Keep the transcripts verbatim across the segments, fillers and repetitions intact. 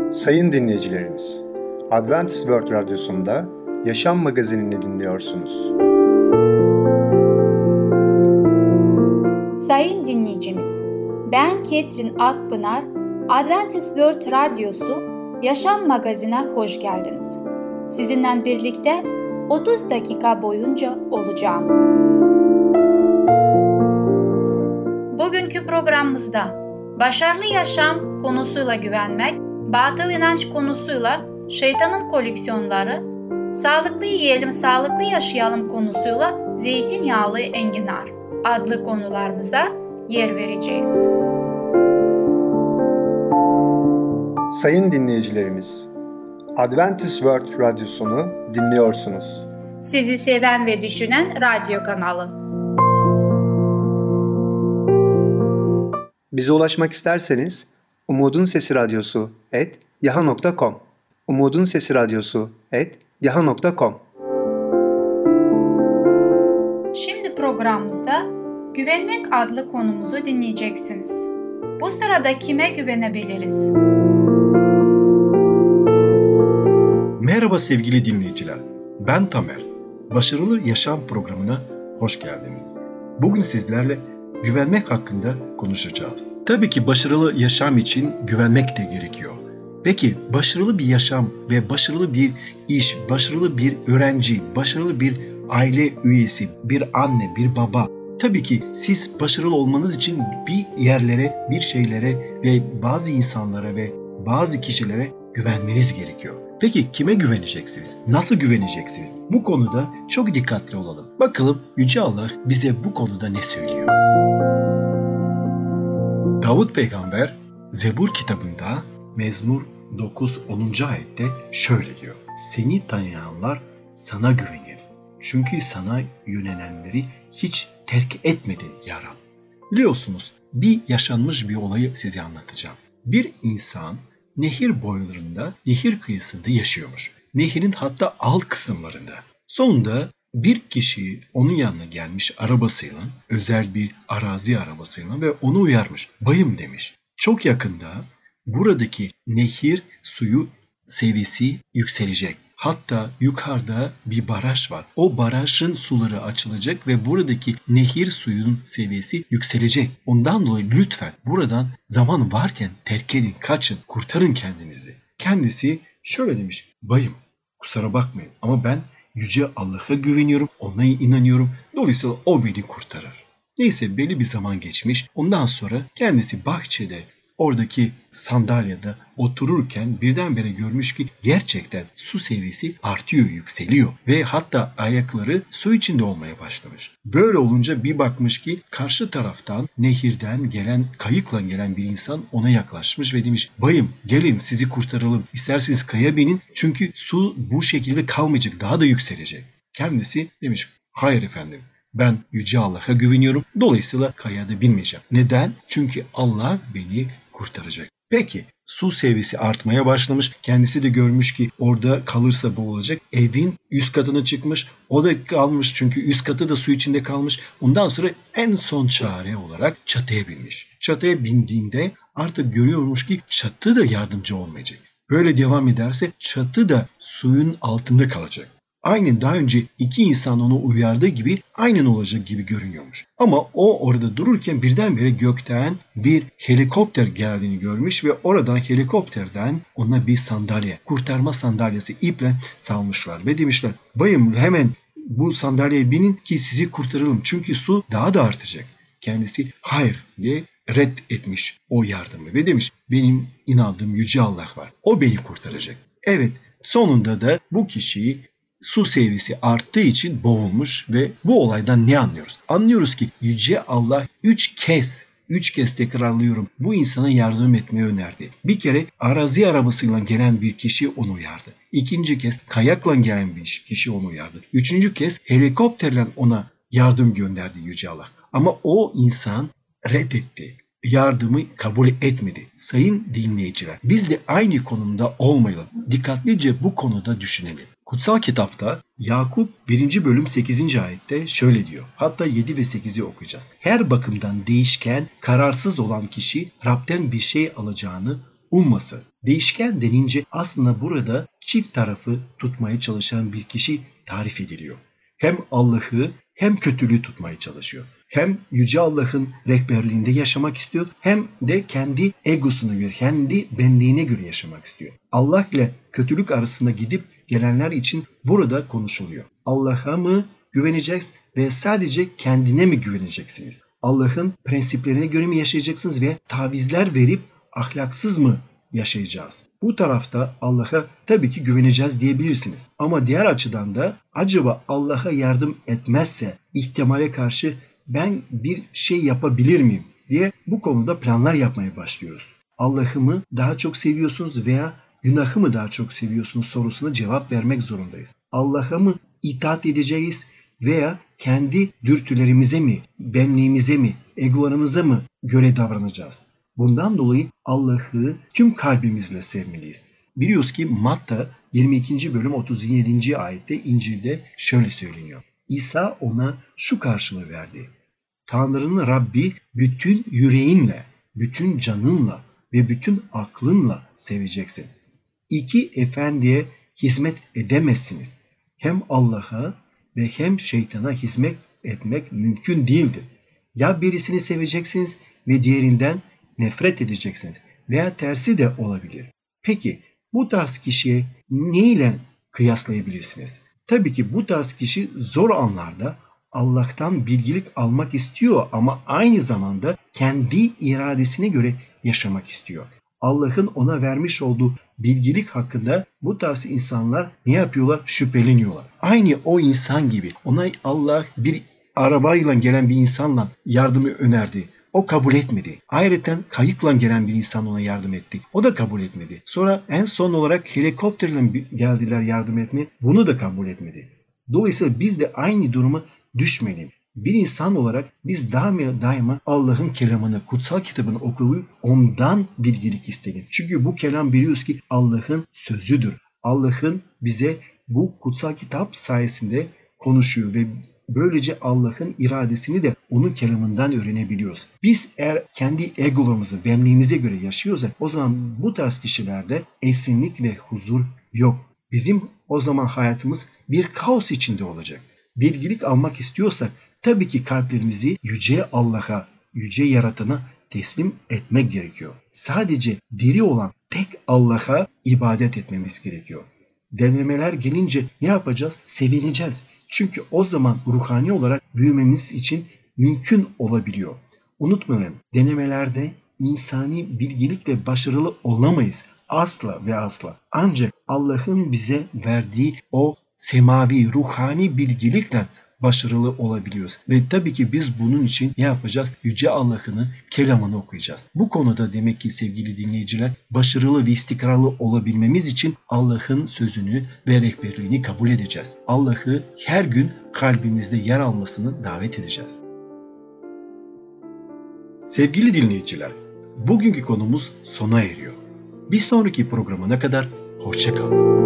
Sayın dinleyicilerimiz, Adventist World Radyosu'nda Yaşam Magazinini dinliyorsunuz. Sayın dinleyicimiz, ben Ketrin Akpınar, Adventist World Radyosu Yaşam Magazinine hoş geldiniz. Sizinle birlikte otuz dakika boyunca olacağım. Bugünkü programımızda başarılı yaşam konusuyla güvenmek, batıl inanç konusuyla şeytanın koleksiyonları, sağlıklı yiyelim, sağlıklı yaşayalım konusuyla zeytinyağlı enginar adlı konularımıza yer vereceğiz. Sayın dinleyicilerimiz, Adventist World Radyosunu dinliyorsunuz. Sizi seven ve düşünen radyo kanalı. Bize ulaşmak isterseniz Umutun Sesi Radyosu et yaha nokta com Umutun Sesi Radyosu et yaha nokta com. Şimdi programımızda güvenmek adlı konumuzu dinleyeceksiniz. Bu sırada kime güvenebiliriz? Merhaba sevgili dinleyiciler. Ben Tamer. Başarılı Yaşam programına hoş geldiniz. Bugün sizlerle güvenmek hakkında konuşacağız. Tabii ki başarılı yaşam için güvenmek de gerekiyor. Peki başarılı bir yaşam ve başarılı bir iş, başarılı bir öğrenci, başarılı bir aile üyesi, bir anne, bir baba. Tabii ki siz başarılı olmanız için bir yerlere, bir şeylere ve bazı insanlara ve bazı kişilere güvenmeniz gerekiyor. Peki kime güveneceksiniz? Nasıl güveneceksiniz? Bu konuda çok dikkatli olalım. Bakalım Yüce Allah bize bu konuda ne söylüyor? Davud Peygamber Zebur kitabında Mezmur dokuz onuncu ayette şöyle diyor. Seni tanıyanlar sana güvenir. Çünkü sana yönelenleri hiç terk etmedi ya Rab. Biliyorsunuz bir yaşanmış bir olayı size anlatacağım. Bir insan nehir boylarında, nehir kıyısında yaşıyormuş. Nehirin hatta alt kısımlarında. Sonunda bir kişi onun yanına gelmiş arabasıyla, özel bir arazi arabasıyla ve onu uyarmış. Bayım demiş. Çok yakında buradaki nehir suyu seviyesi yükselecek. Hatta yukarıda bir baraj var. O barajın suları açılacak ve buradaki nehir suyun seviyesi yükselecek. Ondan dolayı lütfen buradan zaman varken terk edin, kaçın, kurtarın kendinizi. Kendisi şöyle demiş. Bayım, kusura bakmayın ama ben Yüce Allah'a güveniyorum, ona inanıyorum. Dolayısıyla o beni kurtarır. Neyse belli bir zaman geçmiş. Ondan sonra kendisi bahçede, oradaki sandalyede otururken birdenbire görmüş ki gerçekten su seviyesi artıyor, yükseliyor ve hatta ayakları su içinde olmaya başlamış. Böyle olunca bir bakmış ki karşı taraftan nehirden gelen, kayıkla gelen bir insan ona yaklaşmış ve demiş, bayım gelin sizi kurtaralım, isterseniz kaya binin çünkü su bu şekilde kalmayacak, daha da yükselecek. Kendisi demiş, hayır efendim. Ben Yüce Allah'a güveniyorum. Dolayısıyla kayada binmeyeceğim. Neden? Çünkü Allah beni kurtaracak. Peki su seviyesi artmaya başlamış. Kendisi de görmüş ki orada kalırsa boğulacak. Evin üst katına çıkmış. O da kalmış çünkü üst katı da su içinde kalmış. Ondan sonra en son çare olarak çatıya binmiş. Çatıya bindiğinde artık görüyormuş ki çatı da yardımcı olmayacak. Böyle devam ederse çatı da suyun altında kalacak. Aynen daha önce iki insan onu uyardığı gibi aynen olacak gibi görünüyormuş. Ama o orada dururken birdenbire gökten bir helikopter geldiğini görmüş ve oradan helikopterden ona bir sandalye, kurtarma sandalyesi iple salmışlar ve demişler, bayım hemen bu sandalyeye binin ki sizi kurtaralım çünkü su daha da artacak. Kendisi hayır diye red etmiş o yardımı ve demiş, benim inandığım Yüce Allah var, o beni kurtaracak. Evet, sonunda da bu kişiyi su seviyesi arttığı için boğulmuş ve bu olaydan ne anlıyoruz? Anlıyoruz ki Yüce Allah üç kez, üç kez tekrarlıyorum bu insana yardım etmeyi önerdi. Bir kere arazi arabasıyla gelen bir kişi onu uyardı. İkinci kez kayakla gelen bir kişi onu uyardı. Üçüncü kez helikopterle ona yardım gönderdi Yüce Allah. Ama o insan reddetti. Yardımı kabul etmedi. Sayın dinleyiciler, biz de aynı konumda olmayalım. Dikkatlice bu konuda düşünelim. Kutsal kitapta Yakup birinci bölüm sekizinci ayette şöyle diyor. Hatta yedi ve sekizi okuyacağız. Her bakımdan değişken, kararsız olan kişi Rab'den bir şey alacağını umması. Değişken denince aslında burada çift tarafı tutmaya çalışan bir kişi tarif ediliyor. Hem Allah'ı hem kötülüğü tutmaya çalışıyor. Hem Yüce Allah'ın rehberliğinde yaşamak istiyor hem de kendi egosuna göre, kendi benliğine göre yaşamak istiyor. Allah ile kötülük arasında gidip gelenler için burada konuşuluyor. Allah'a mı güveneceğiz ve sadece kendine mi güveneceksiniz? Allah'ın prensiplerine göre mi yaşayacaksınız ve tavizler verip ahlaksız mı yaşayacağız? Bu tarafta Allah'a tabii ki güveneceğiz diyebilirsiniz. Ama diğer açıdan da acaba Allah'a yardım etmezse ihtimale karşı ben bir şey yapabilir miyim diye bu konuda planlar yapmaya başlıyoruz. Allah'ı mı daha çok seviyorsunuz veya günahı mı daha çok seviyorsunuz sorusuna cevap vermek zorundayız. Allah'a mı itaat edeceğiz veya kendi dürtülerimize mi, benliğimize mi, egolarımıza mı göre davranacağız? Bundan dolayı Allah'ı tüm kalbimizle sevmeliyiz. Biliyoruz ki Matta yirmi ikinci bölüm otuz yedinci ayette İncil'de şöyle söyleniyor. İsa ona şu karşılığı verdi. Tanrı'nın Rabbi bütün yüreğinle, bütün canınla ve bütün aklınla seveceksin. İki efendiye hizmet edemezsiniz. Hem Allah'a ve hem şeytana hizmet etmek mümkün değildir. Ya birisini seveceksiniz ve diğerinden nefret edeceksiniz veya tersi de olabilir. Peki bu tarz kişiye ne ile kıyaslayabilirsiniz? Tabii ki bu tarz kişi zor anlarda Allah'tan bilgilik almak istiyor ama aynı zamanda kendi iradesine göre yaşamak istiyor. Allah'ın ona vermiş olduğu bilgilik hakkında bu tarz insanlar ne yapıyorlar? Şüpheleniyorlar. Aynı o insan gibi ona Allah bir arabayla gelen bir insanla yardımı önerdi. O kabul etmedi. Ayrıca kayıkla gelen bir insan ona yardım etti. O da kabul etmedi. Sonra en son olarak helikopterle geldiler yardım etmeye. Bunu da kabul etmedi. Dolayısıyla biz de aynı duruma düşmeyelim. Bir insan olarak biz daima, daima Allah'ın kelamını, kutsal kitabını okuyup ondan bilgilik isteyelim. Çünkü bu kelam biliyoruz ki Allah'ın sözüdür. Allah'ın bize bu kutsal kitap sayesinde konuşuyor ve böylece Allah'ın iradesini de onun kelamından öğrenebiliyoruz. Biz eğer kendi egolarımızı, benliğimize göre yaşıyorsak o zaman bu tarz kişilerde esinlik ve huzur yok. Bizim o zaman hayatımız bir kaos içinde olacak. Bilgilik almak istiyorsak tabii ki kalplerimizi yüce Allah'a, yüce yaratana teslim etmek gerekiyor. Sadece diri olan tek Allah'a ibadet etmemiz gerekiyor. Denemeler gelince ne yapacağız? Sevineceğiz. Çünkü o zaman ruhani olarak büyümemiz için mümkün olabiliyor. Unutmayın, denemelerde insani bilgilikle başarılı olamayız. Asla ve asla. Ancak Allah'ın bize verdiği o semavi, ruhani bilgilikle başarılı olabiliyoruz. Ve tabii ki biz bunun için ne yapacağız? Yüce Allah'ın kelamını okuyacağız. Bu konuda demek ki sevgili dinleyiciler, başarılı ve istikrarlı olabilmemiz için Allah'ın sözünü ve rehberliğini kabul edeceğiz. Allah'ı her gün kalbimizde yer almasını davet edeceğiz. Sevgili dinleyiciler, bugünkü konumuz sona eriyor. Bir sonraki programına kadar hoşça kalın.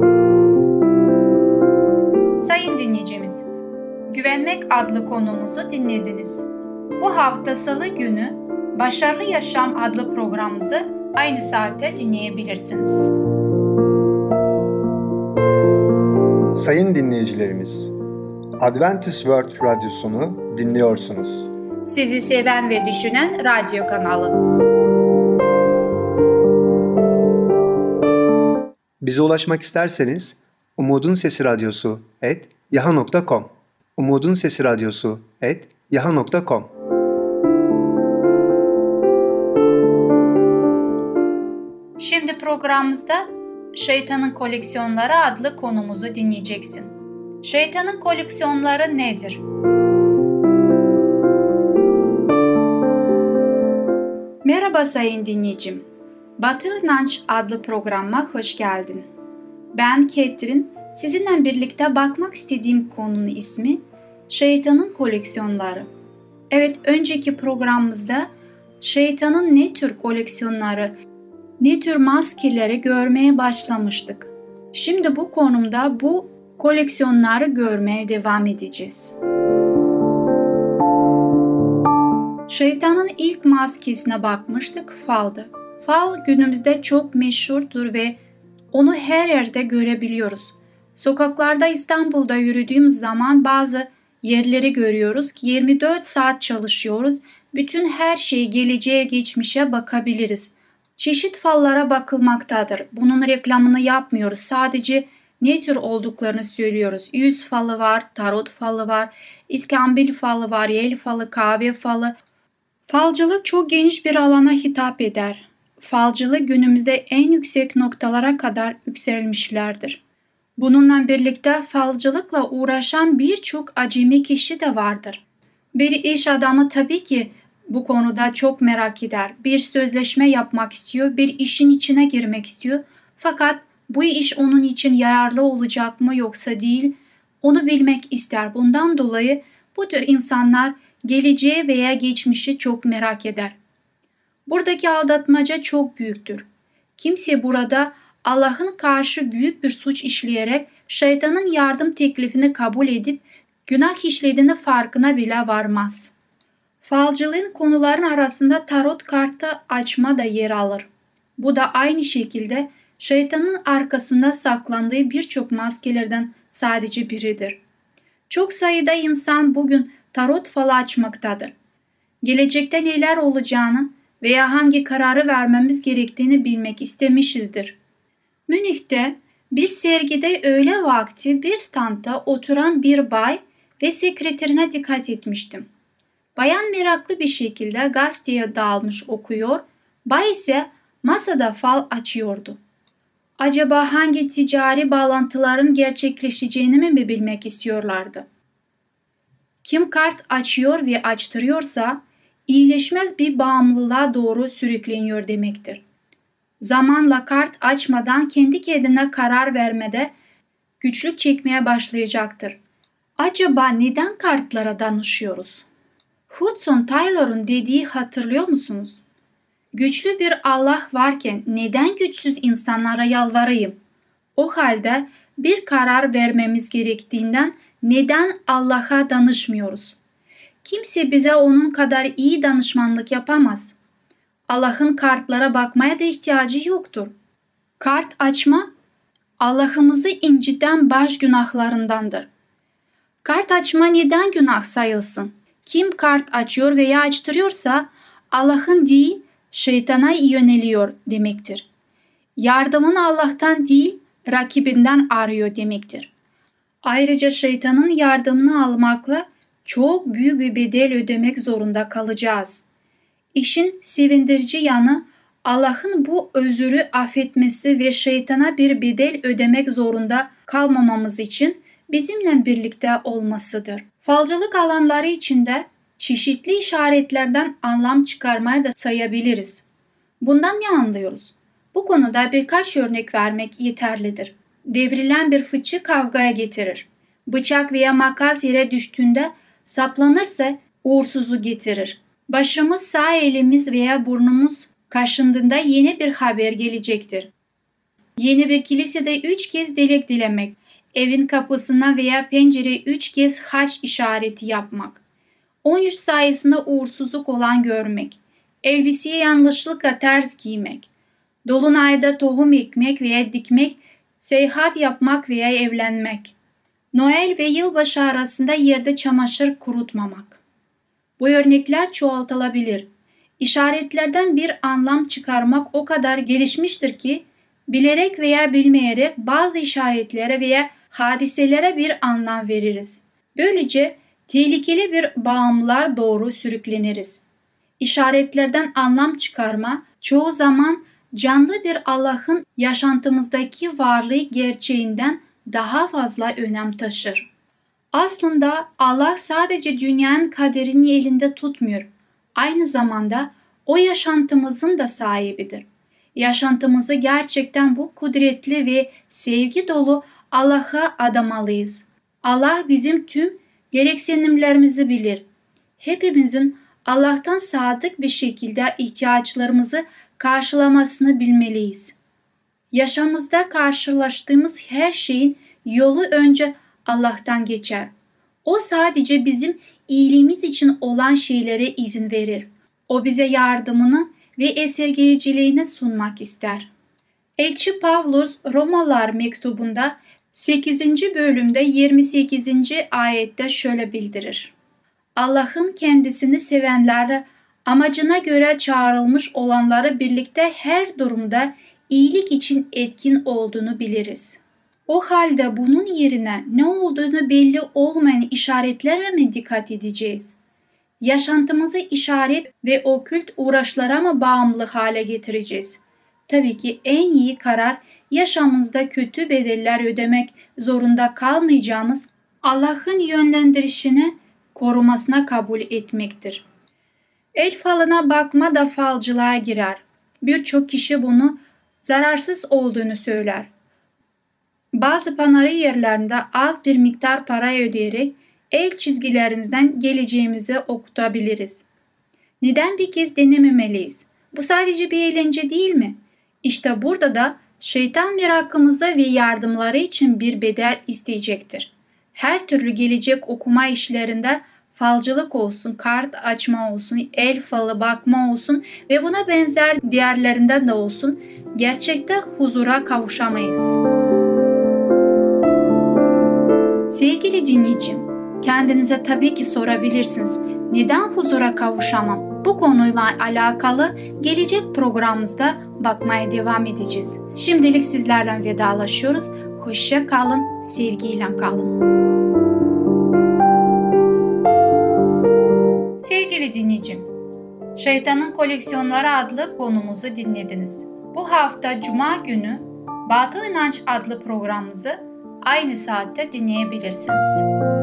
Sayın dinleyicimiz, Güvenmek adlı konumuzu dinlediniz. Bu hafta Salı günü Başarılı Yaşam adlı programımızı aynı saatte dinleyebilirsiniz. Sayın dinleyicilerimiz, Adventist World Radyosunu dinliyorsunuz. Sizi seven ve düşünen radyo kanalı. Bize ulaşmak isterseniz Umutun Sesi Radyosu et yaha nokta com Umutun Sesi Radyosu et yaha nokta com. Şimdi programımızda Şeytanın Koleksiyonları adlı konumuzu dinleyeceksin. Şeytanın koleksiyonları nedir? Merhaba sayın dinleyicim. Batıl İnanç adlı programa hoş geldin. Ben Ketrin, sizinle birlikte bakmak istediğim konunun ismi Şeytanın Koleksiyonları. Evet, önceki programımızda şeytanın ne tür koleksiyonları, ne tür maskeleri görmeye başlamıştık. Şimdi bu konumda bu koleksiyonları görmeye devam edeceğiz. Şeytanın ilk maskesine bakmıştık, faldı. Fal günümüzde çok meşhurdur ve onu her yerde görebiliyoruz. Sokaklarda İstanbul'da yürüdüğümüz zaman bazı yerleri görüyoruz ki yirmi dört saat çalışıyoruz. Bütün her şeyi geleceğe geçmişe bakabiliriz. Çeşit fallara bakılmaktadır. Bunun reklamını yapmıyoruz. Sadece ne tür olduklarını söylüyoruz. Yüz falı var, tarot falı var, iskambil falı var, yel falı, kahve falı. Falcılık çok geniş bir alana hitap eder. Falcılık günümüzde en yüksek noktalara kadar yükselmişlerdir. Bununla birlikte falcılıkla uğraşan birçok acemi kişi de vardır. Bir iş adamı tabii ki bu konuda çok merak eder. Bir sözleşme yapmak istiyor, bir işin içine girmek istiyor. Fakat bu iş onun için yararlı olacak mı yoksa değil, onu bilmek ister. Bundan dolayı bu tür insanlar geleceği veya geçmişi çok merak eder. Buradaki aldatmaca çok büyüktür. Kimse burada Allah'ın karşı büyük bir suç işleyerek şeytanın yardım teklifini kabul edip günah işlediğini farkına bile varmaz. Falcılığın konuların arasında tarot kartı açma da yer alır. Bu da aynı şekilde şeytanın arkasında saklandığı birçok maskelerden sadece biridir. Çok sayıda insan bugün tarot falı açmaktadır. Gelecekte neler olacağını veya hangi kararı vermemiz gerektiğini bilmek istemişizdir. Münih'te bir sergide öğle vakti bir standta oturan bir bay ve sekreterine dikkat etmiştim. Bayan meraklı bir şekilde gazeteye dalmış okuyor, bay ise masada fal açıyordu. Acaba hangi ticari bağlantıların gerçekleşeceğini mi bilmek istiyorlardı? Kim kart açıyor ve açtırıyorsa iyileşmez bir bağımlılığa doğru sürükleniyor demektir. Zamanla kart açmadan kendi kendine karar vermede güçlük çekmeye başlayacaktır. Acaba neden kartlara danışıyoruz? Hudson Taylor'un dediği hatırlıyor musunuz? Güçlü bir Allah varken neden güçsüz insanlara yalvarayım? O halde bir karar vermemiz gerektiğinden neden Allah'a danışmıyoruz? Kimse bize onun kadar iyi danışmanlık yapamaz. Allah'ın kartlara bakmaya da ihtiyacı yoktur. Kart açma, Allah'ımızı inciten baş günahlarındandır. Kart açma neden günah sayılsın? Kim kart açıyor veya açtırıyorsa Allah'ın değil, şeytana yöneliyor demektir. Yardımını Allah'tan değil, rakibinden arıyor demektir. Ayrıca şeytanın yardımını almakla çok büyük bir bedel ödemek zorunda kalacağız. İşin sevindirici yanı Allah'ın bu özürü affetmesi ve şeytana bir bedel ödemek zorunda kalmamamız için bizimle birlikte olmasıdır. Falcılık alanları içinde çeşitli işaretlerden anlam çıkarmaya da sayabiliriz. Bundan ne anlıyoruz? Bu konuda birkaç örnek vermek yeterlidir. Devrilen bir fıçı kavgaya getirir. Bıçak veya makas yere düştüğünde saplanırsa uğursuzu getirir. Başımız, sağ elimiz veya burnumuz kaşındığında yeni bir haber gelecektir. Yeni bir kilisede üç kez dilek dilemek, evin kapısına veya pencereye üç kez haç işareti yapmak, on üç sayısında uğursuzluk olan görmek, elbiseye yanlışlıkla ters giymek, dolunayda tohum ekmek veya dikmek, seyahat yapmak veya evlenmek, Noel ve yılbaşı arasında yerde çamaşır kurutmamak. Bu örnekler çoğaltılabilir. İşaretlerden bir anlam çıkarmak o kadar gelişmiştir ki, bilerek veya bilmeyerek bazı işaretlere veya hadiselere bir anlam veririz. Böylece tehlikeli bir bağımlılar doğru sürükleniriz. İşaretlerden anlam çıkarma çoğu zaman canlı bir Allah'ın yaşantımızdaki varlığı gerçeğinden daha fazla önem taşır. Aslında Allah sadece dünyanın kaderini elinde tutmuyor. Aynı zamanda o yaşantımızın da sahibidir. Yaşantımızı gerçekten bu kudretli ve sevgi dolu Allah'a adamalıyız. Allah bizim tüm gereksinimlerimizi bilir. Hepimizin Allah'tan sadık bir şekilde ihtiyaçlarımızı karşılamasını bilmeliyiz. Yaşamımızda karşılaştığımız her şeyin yolu önce Allah'tan geçer. O sadece bizim iyiliğimiz için olan şeylere izin verir. O bize yardımını ve esirgeyiciliğini sunmak ister. Elçi Pavlos Romalılar mektubunda sekizinci bölümde yirmi sekizinci ayette şöyle bildirir. Allah'ın kendisini sevenleri, amacına göre çağrılmış olanları birlikte her durumda iyilik için etkin olduğunu biliriz. O halde bunun yerine ne olduğunu belli olmayan işaretlere mi dikkat edeceğiz? Yaşantımızı işaret ve okült uğraşlara mı bağımlı hale getireceğiz? Tabii ki en iyi karar yaşamımızda kötü bedeller ödemek zorunda kalmayacağımız Allah'ın yönlendirişini korumasına kabul etmektir. El falına bakma da falcılığa girer. Birçok kişi bunu zararsız olduğunu söyler. Bazı panarı yerlerinde az bir miktar para ödeyerek el çizgilerinizden geleceğimizi okutabiliriz. Neden bir kez denememeliyiz? Bu sadece bir eğlence değil mi? İşte burada da şeytan merakımıza ve yardımları için bir bedel isteyecektir. Her türlü gelecek okuma işlerinde falcılık olsun, kart açma olsun, el falı bakma olsun ve buna benzer diğerlerinden de olsun, gerçekte huzura kavuşamayız. Sevgili dinleyicim, kendinize tabii ki sorabilirsiniz. Neden huzura kavuşamam? Bu konuyla alakalı gelecek programımızda bakmaya devam edeceğiz. Şimdilik sizlerle vedalaşıyoruz. Hoşça kalın, sevgiyle kalın. Sevgili dinleyicim, Şeytanın Koleksiyonları adlı konumuzu dinlediniz. Bu hafta Cuma günü Batıl İnanç adlı programımızı aynı saatte dinleyebilirsiniz.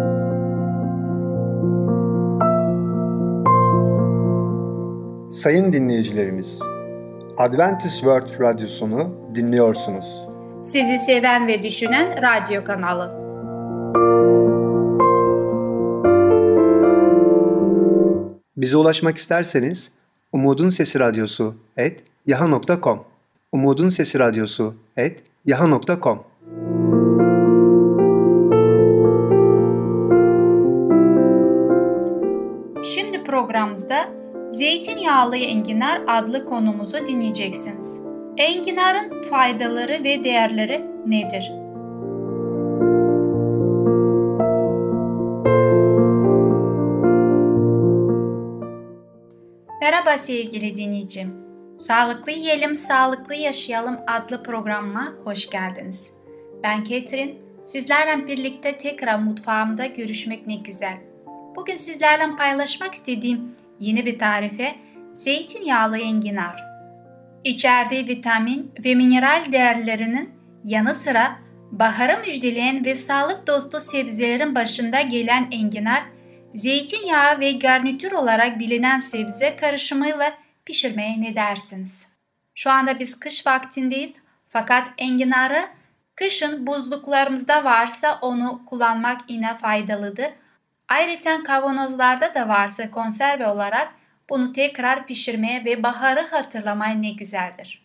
Sayın dinleyicilerimiz, Adventist World Radyosunu dinliyorsunuz. Sizi seven ve düşünen radyo kanalı. Bize ulaşmak isterseniz Umutun Sesi Radyosu et yaha nokta com Umutun Sesi Radyosu et yaha nokta com Şimdi programımızda Zeytinyağlı enginar adlı konumuzu dinleyeceksiniz. Enginarın faydaları ve değerleri nedir? Merhaba sevgili dinleyicim. Sağlıklı Yiyelim, Sağlıklı Yaşayalım adlı programıma hoş geldiniz. Ben Ketrin, sizlerle birlikte tekrar mutfağımda görüşmek ne güzel. Bugün sizlerle paylaşmak istediğim yeni bir tarife zeytinyağlı enginar. İçerdiği vitamin ve mineral değerlerinin yanı sıra baharı müjdeleyen ve sağlık dostu sebzelerin başında gelen enginar, zeytinyağı ve garnitür olarak bilinen sebze karışımıyla pişirmeye ne dersiniz? Şu anda biz kış vaktindeyiz fakat enginarı kışın buzluklarımızda varsa onu kullanmak yine faydalıdır. Ayrıca kavanozlarda da varsa konserve olarak bunu tekrar pişirmeye ve baharı hatırlamaya ne güzeldir.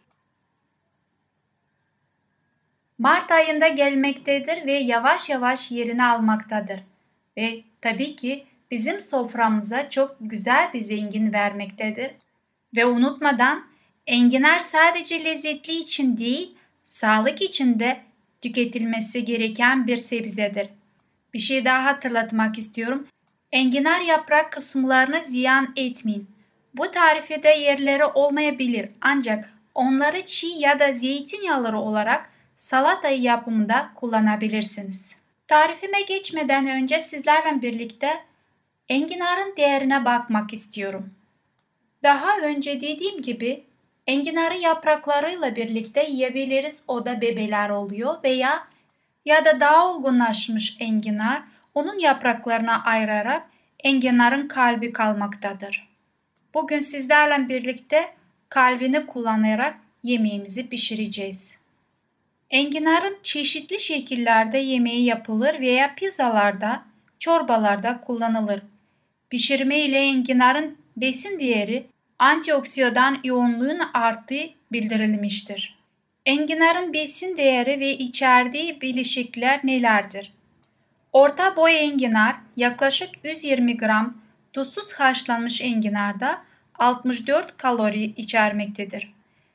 Mart ayında gelmektedir ve yavaş yavaş yerini almaktadır. Ve tabii ki bizim soframıza çok güzel bir zengin vermektedir. Ve unutmadan enginar sadece lezzetli için değil, sağlık için de tüketilmesi gereken bir sebzedir. Bir şey daha hatırlatmak istiyorum. Enginar yaprak kısımlarını ziyan etmeyin. Bu tarifede yerleri olmayabilir ancak onları çiğ ya da zeytinyağları olarak salata yapımında kullanabilirsiniz. Tarifime geçmeden önce sizlerle birlikte enginarın değerine bakmak istiyorum. Daha önce dediğim gibi enginarı yapraklarıyla birlikte yiyebiliriz, o da bebeler oluyor veya ya da daha olgunlaşmış enginar onun yapraklarına ayırarak enginarın kalbi kalmaktadır. Bugün sizlerle birlikte kalbini kullanarak yemeğimizi pişireceğiz. Enginarın çeşitli şekillerde yemeği yapılır veya pizzalarda, çorbalarda kullanılır. Pişirme ile enginarın besin değeri, antioksidan yoğunluğun arttığı bildirilmiştir. Enginarın besin değeri ve içerdiği bileşikler nelerdir? Orta boy enginar yaklaşık yüz yirmi gram, tuzsuz haşlanmış enginarda altmış dört kalori içermektedir.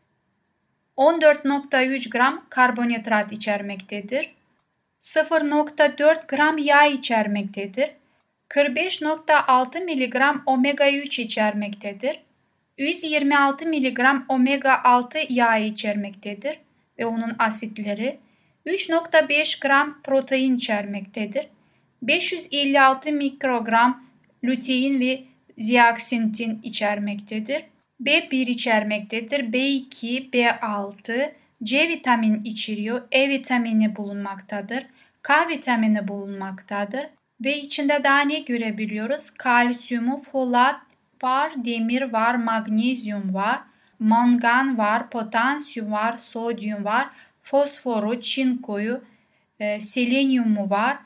on dört nokta üç gram karbonhidrat içermektedir. sıfır nokta dört gram yağ içermektedir. kırk beş nokta altı miligram omega üç içermektedir. yüz yirmi altı miligram omega altı yağı içermektedir ve onun asitleri üç nokta beş gram protein içermektedir. beş yüz elli altı mikrogram lutein ve zeaksintin içermektedir. B bir içermektedir. B iki, B altı, C vitamini içeriyor. E vitamini bulunmaktadır. K vitamini bulunmaktadır. Ve içinde daha ne görebiliyoruz? Kalsiyumu, folat var, demir var, magnezyum var, mangan var, potasyum var, sodyum var, fosforu, çinkoyu, e, selenyumu var.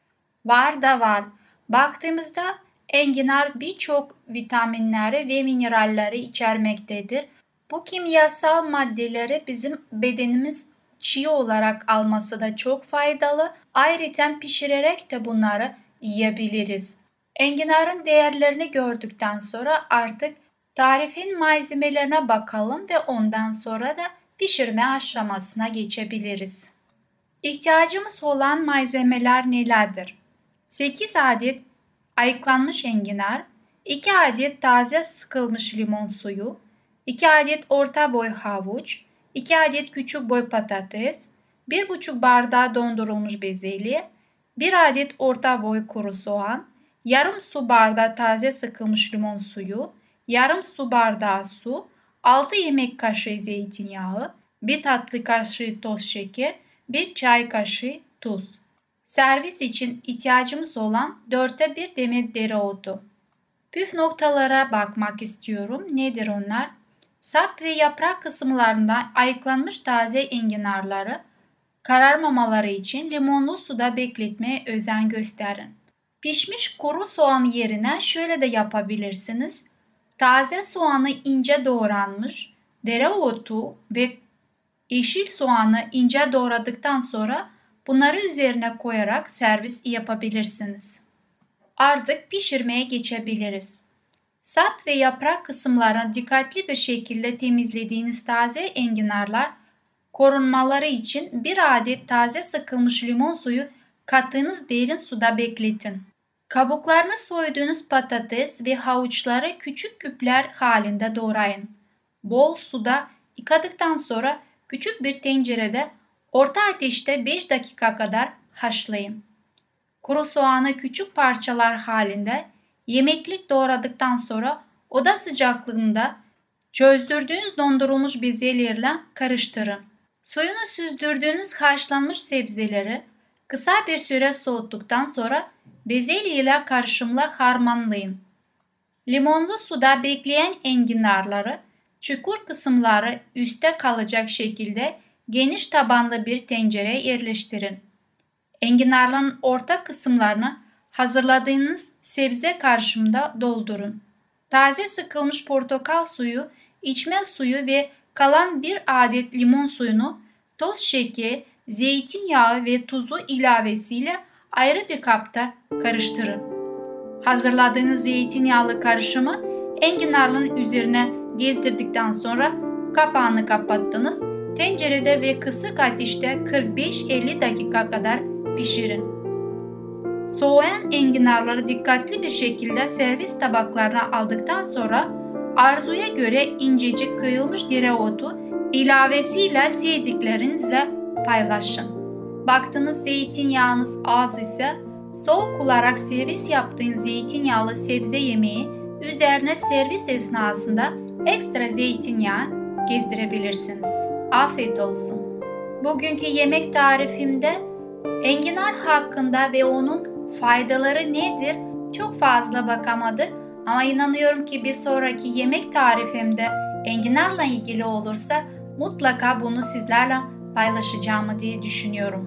Var da var. Baktığımızda enginar birçok vitaminleri ve mineralleri içermektedir. Bu kimyasal maddeleri bizim bedenimiz çiğ olarak alması da çok faydalı. Ayrıca pişirerek de bunları yiyebiliriz. Enginarın değerlerini gördükten sonra artık tarifin malzemelerine bakalım ve ondan sonra da pişirme aşamasına geçebiliriz. İhtiyacımız olan malzemeler nelerdir? sekiz adet ayıklanmış enginar, iki adet taze sıkılmış limon suyu, iki adet orta boy havuç, iki adet küçük boy patates, bir buçuk bardağı dondurulmuş bezelye, bir adet orta boy kuru soğan, yarım su bardağı taze sıkılmış limon suyu, yarım su bardağı su, altı yemek kaşığı zeytinyağı, bir tatlı kaşığı toz şeker, bir çay kaşığı tuz. Servis için ihtiyacımız olan dörtte bir demet dereotu. Püf noktalara bakmak istiyorum. Nedir onlar? Sap ve yaprak kısımlarında ayıklanmış taze enginarları kararmamaları için limonlu suda bekletmeye özen gösterin. Pişmiş kuru soğan yerine şöyle de yapabilirsiniz. Taze soğanı ince doğranmış, dereotu ve yeşil soğanı ince doğradıktan sonra bunları üzerine koyarak servis yapabilirsiniz. Artık pişirmeye geçebiliriz. Sap ve yaprak kısımlarını dikkatli bir şekilde temizlediğiniz taze enginarlar korunmaları için bir adet taze sıkılmış limon suyu kattığınız derin suda bekletin. Kabuklarını soyduğunuz patates ve havuçları küçük küpler halinde doğrayın. Bol suda yıkadıktan sonra küçük bir tencerede orta ateşte beş dakika kadar haşlayın. Kuru soğanı küçük parçalar halinde yemeklik doğradıktan sonra oda sıcaklığında çözdürdüğünüz dondurulmuş bezelyeyle karıştırın. Suyunu süzdürdüğünüz haşlanmış sebzeleri kısa bir süre soğuttuktan sonra bezelye ile karışımla harmanlayın. Limonlu suda bekleyen enginarları çukur kısımları üstte kalacak şekilde geniş tabanlı bir tencereye yerleştirin. Enginarların orta kısımlarını hazırladığınız sebze karışımda doldurun. Taze sıkılmış portakal suyu, içme suyu ve kalan bir adet limon suyunu toz şeker, zeytinyağı ve tuzu ilavesiyle ayrı bir kapta karıştırın. Hazırladığınız zeytinyağlı karışımı enginarların üzerine gezdirdikten sonra kapağını kapattınız. Tencerede ve kısık ateşte kırk beş elli dakika kadar pişirin. Soğuyan enginarları dikkatli bir şekilde servis tabaklarına aldıktan sonra arzuya göre incecik kıyılmış dereotu ilavesiyle sevdiklerinizle paylaşın. Baktığınız zeytinyağınız az ise soğuk olarak servis yaptığınız zeytinyağlı sebze yemeği üzerine servis esnasında ekstra zeytinyağı gezdirebilirsiniz. Afiyet olsun. Bugünkü yemek tarifimde enginar hakkında ve onun faydaları nedir çok fazla bakamadık ama inanıyorum ki bir sonraki yemek tarifimde enginarla ilgili olursa mutlaka bunu sizlerle paylaşacağımı diye düşünüyorum.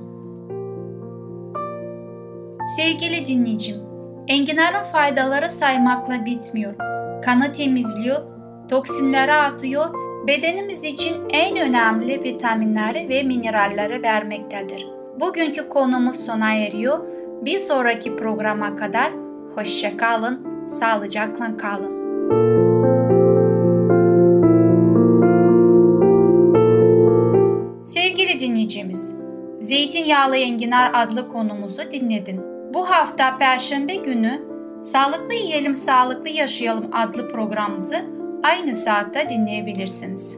Sevgili dinleyicim, enginarın faydaları saymakla bitmiyor. Kanı temizliyor, toksinleri atıyor, bedenimiz için en önemli vitaminleri ve mineralleri vermektedir. Bugünkü konumuz sona eriyor. Bir sonraki programa kadar hoşça kalın, sağlıcakla kalın. Sevgili dinleyicimiz, Zeytinyağlı Enginar adlı konumuzu dinledin. Bu hafta Perşembe günü Sağlıklı Yiyelim, Sağlıklı Yaşayalım adlı programımızı aynı saatte dinleyebilirsiniz.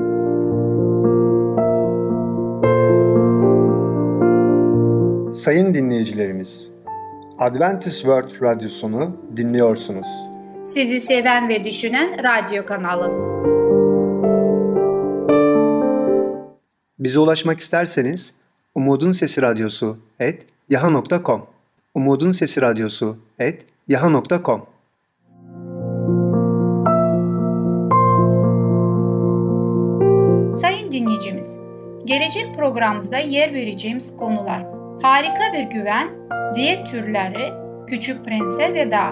Sayın dinleyicilerimiz, Adventist World Radyosunu dinliyorsunuz. Sizi seven ve düşünen radyo kanalı. Bize ulaşmak isterseniz Umutun Sesi Radyosu et yaha nokta com Umutun Sesi Radyosu et yaha nokta com. Sayın dinleyicimiz, gelecek programımızda yer vereceğimiz konular: harika bir güven, diyet türleri, Küçük Prense veda.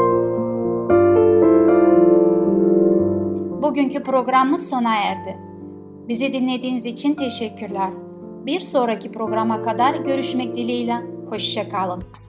Bugünkü programımız sona erdi. Bizi dinlediğiniz için teşekkürler. Bir sonraki programa kadar görüşmek dileğiyle. Hoşça kalın.